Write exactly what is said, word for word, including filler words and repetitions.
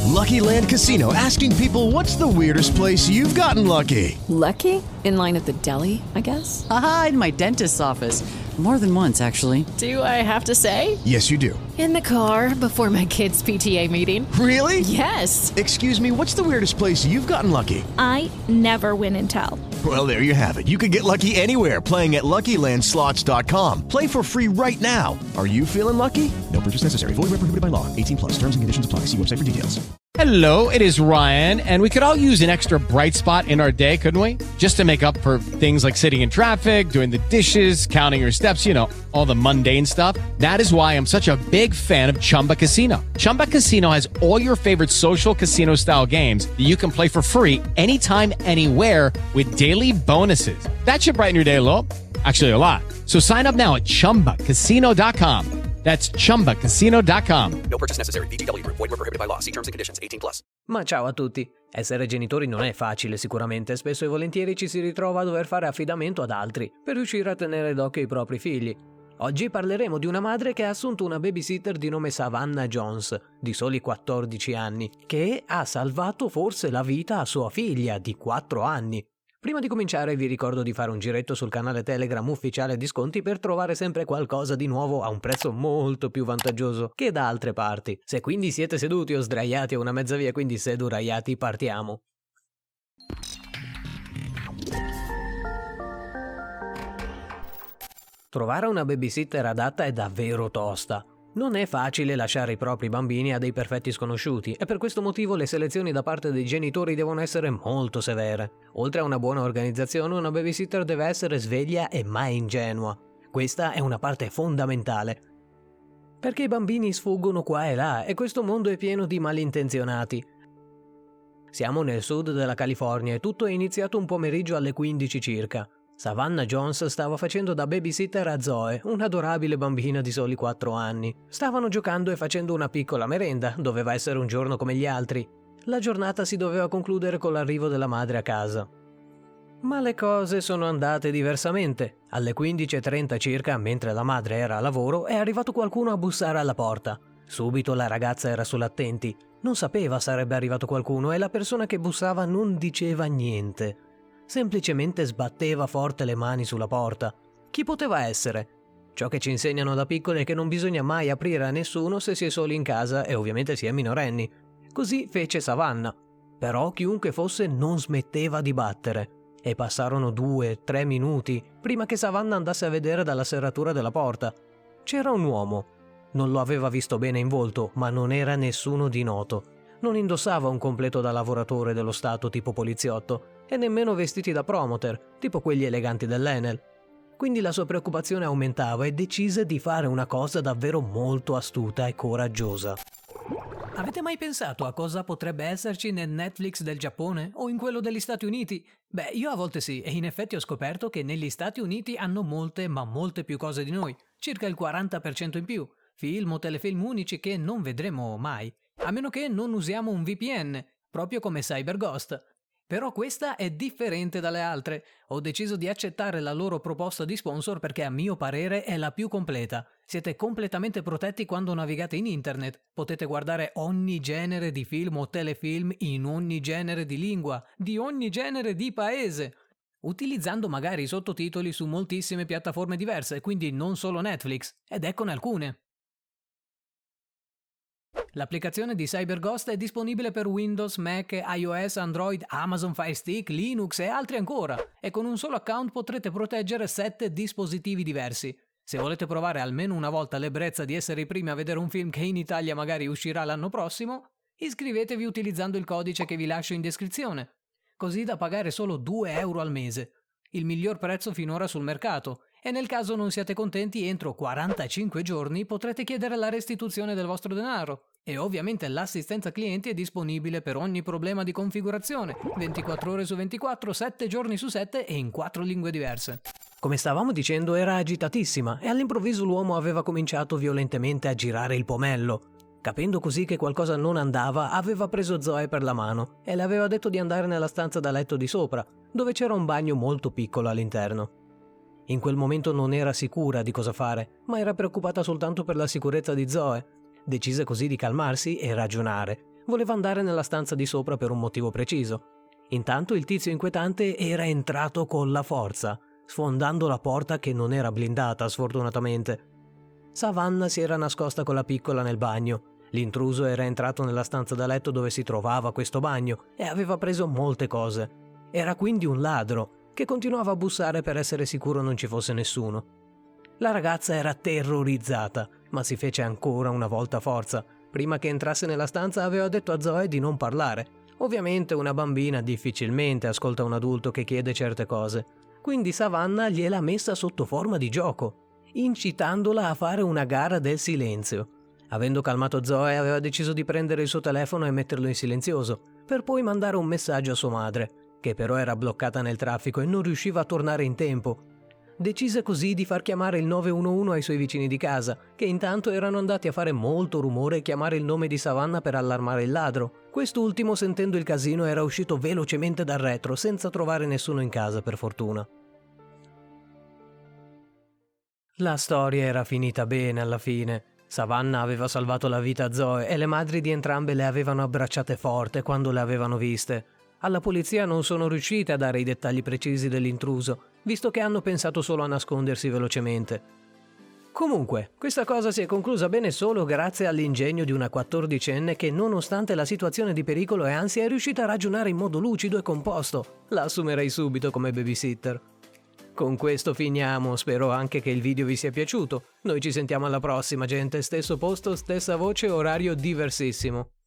Lucky Land Casino, asking people, what's the weirdest place you've gotten lucky? Lucky? In line at the deli, I guess? Aha, in my dentist's office. More than once, actually. Do I have to say? Yes, you do. In the car before my kids' P T A meeting. Really? Yes. Excuse me, what's the weirdest place you've gotten lucky? I never win and tell. Well, there you have it. You can get lucky anywhere, playing at Lucky Land Slots dot com. Play for free right now. Are you feeling lucky? No purchase necessary. Void where prohibited by law. eighteen plus. Terms and conditions apply. See website for details. Hello, it is Ryan, and we could all use an extra bright spot in our day, couldn't we? Just to make up for things like sitting in traffic, doing the dishes, counting your steps, you know, all the mundane stuff. That is why I'm such a big fan of Chumba Casino. Chumba Casino has all your favorite social casino-style games that you can play for free anytime, anywhere with daily bonuses. That should brighten your day a little. Actually, a lot. So sign up now at chumba casino dot com. That's chumba casino dot com. No purchase necessary. V G W Group. Void where prohibited by law. See terms and conditions. eighteen plus. Ma ciao a tutti. Essere genitori non è facile sicuramente, spesso e volentieri ci si ritrova a dover fare affidamento ad altri per riuscire a tenere d'occhio i propri figli. Oggi parleremo di una madre che ha assunto una babysitter di nome Savannah Jones, di soli quattordici anni, che ha salvato forse la vita a sua figlia di quattro anni. Prima di cominciare vi ricordo di fare un giretto sul canale Telegram ufficiale di sconti per trovare sempre qualcosa di nuovo a un prezzo molto più vantaggioso che da altre parti. Se quindi siete seduti o sdraiati a una mezza via, quindi seduraiati, partiamo. Trovare una babysitter adatta è davvero tosta. Non è facile lasciare i propri bambini a dei perfetti sconosciuti e per questo motivo le selezioni da parte dei genitori devono essere molto severe. Oltre a una buona organizzazione, una babysitter deve essere sveglia e mai ingenua. Questa è una parte fondamentale. Perché i bambini sfuggono qua e là e questo mondo è pieno di malintenzionati. Siamo nel sud della California e tutto è iniziato un pomeriggio alle quindici circa. Savannah Jones stava facendo da babysitter a Zoe, un'adorabile bambina di soli quattro anni. Stavano giocando e facendo una piccola merenda, doveva essere un giorno come gli altri. La giornata si doveva concludere con l'arrivo della madre a casa. Ma le cose sono andate diversamente. Alle quindici e trenta circa, mentre la madre era a lavoro, è arrivato qualcuno a bussare alla porta. Subito la ragazza era sull'attenti. Non sapeva sarebbe arrivato qualcuno e la persona che bussava non diceva niente. Semplicemente sbatteva forte le mani sulla porta. Chi poteva essere? Ciò che ci insegnano da piccoli è che non bisogna mai aprire a nessuno se si è soli in casa e ovviamente si è minorenni. Così fece Savannah. Però chiunque fosse non smetteva di battere. E passarono due, tre minuti prima che Savannah andasse a vedere dalla serratura della porta. C'era un uomo. Non lo aveva visto bene in volto, ma non era nessuno di noto. Non indossava un completo da lavoratore dello Stato tipo poliziotto e nemmeno vestiti da promoter, tipo quelli eleganti dell'Enel. Quindi la sua preoccupazione aumentava e decise di fare una cosa davvero molto astuta e coraggiosa. Avete mai pensato a cosa potrebbe esserci nel Netflix del Giappone o in quello degli Stati Uniti? Beh, io a volte sì, e in effetti ho scoperto che negli Stati Uniti hanno molte, ma molte più cose di noi, circa il quaranta per cento in più, film o telefilm unici che non vedremo mai, a meno che non usiamo un V P N, proprio come CyberGhost. Però questa è differente dalle altre. Ho deciso di accettare la loro proposta di sponsor perché a mio parere è la più completa. Siete completamente protetti quando navigate in internet. Potete guardare ogni genere di film o telefilm in ogni genere di lingua, di ogni genere di paese, utilizzando magari i sottotitoli su moltissime piattaforme diverse, quindi non solo Netflix, ed eccone alcune. L'applicazione di CyberGhost è disponibile per Windows, Mac, iOS, Android, Amazon Fire Stick, Linux e altri ancora, e con un solo account potrete proteggere sette dispositivi diversi. Se volete provare almeno una volta l'ebbrezza di essere i primi a vedere un film che in Italia magari uscirà l'anno prossimo, iscrivetevi utilizzando il codice che vi lascio in descrizione, così da pagare solo due euro al mese, il miglior prezzo finora sul mercato, e nel caso non siate contenti entro quarantacinque giorni potrete chiedere la restituzione del vostro denaro. E ovviamente l'assistenza clienti è disponibile per ogni problema di configurazione, ventiquattro ore su ventiquattro, sette giorni su sette e in quattro lingue diverse. Come stavamo dicendo, era agitatissima e all'improvviso l'uomo aveva cominciato violentemente a girare il pomello. Capendo così che qualcosa non andava, aveva preso Zoe per la mano e le aveva detto di andare nella stanza da letto di sopra, dove c'era un bagno molto piccolo all'interno. In quel momento non era sicura di cosa fare, ma era preoccupata soltanto per la sicurezza di Zoe. Decise così di calmarsi e ragionare. voleva andare nella stanza di sopra per un motivo preciso. Intanto il tizio inquietante era entrato con la forza, sfondando la porta che non era blindata, sfortunatamente. Savannah si era nascosta con la piccola nel bagno. L'intruso era entrato nella stanza da letto dove si trovava questo bagno e aveva preso molte cose. Era quindi un ladro, che continuava a bussare per essere sicuro non ci fosse nessuno. La ragazza era terrorizzata, ma si fece ancora una volta forza. Prima che entrasse nella stanza aveva detto a Zoe di non parlare. Ovviamente una bambina difficilmente ascolta un adulto che chiede certe cose. Quindi Savannah gliel'ha messa sotto forma di gioco, incitandola a fare una gara del silenzio. Avendo calmato Zoe, aveva deciso di prendere il suo telefono e metterlo in silenzioso, per poi mandare un messaggio a sua madre, che però era bloccata nel traffico e non riusciva a tornare in tempo. Decise così di far chiamare il nove uno uno ai suoi vicini di casa, che intanto erano andati a fare molto rumore e chiamare il nome di Savannah per allarmare il ladro. Quest'ultimo, sentendo il casino, era uscito velocemente dal retro, senza trovare nessuno in casa, per fortuna. La storia era finita bene alla fine. Savannah aveva salvato la vita a Zoe e le madri di entrambe le avevano abbracciate forte quando le avevano viste. Alla polizia non sono riuscite a dare i dettagli precisi dell'intruso, visto che hanno pensato solo a nascondersi velocemente. Comunque, questa cosa si è conclusa bene solo grazie all'ingegno di una quattordicenne che, nonostante la situazione di pericolo e ansia, è riuscita a ragionare in modo lucido e composto. La assumerei subito come babysitter. Con questo finiamo, spero anche che il video vi sia piaciuto. Noi ci sentiamo alla prossima, gente, stesso posto, stessa voce, orario diversissimo.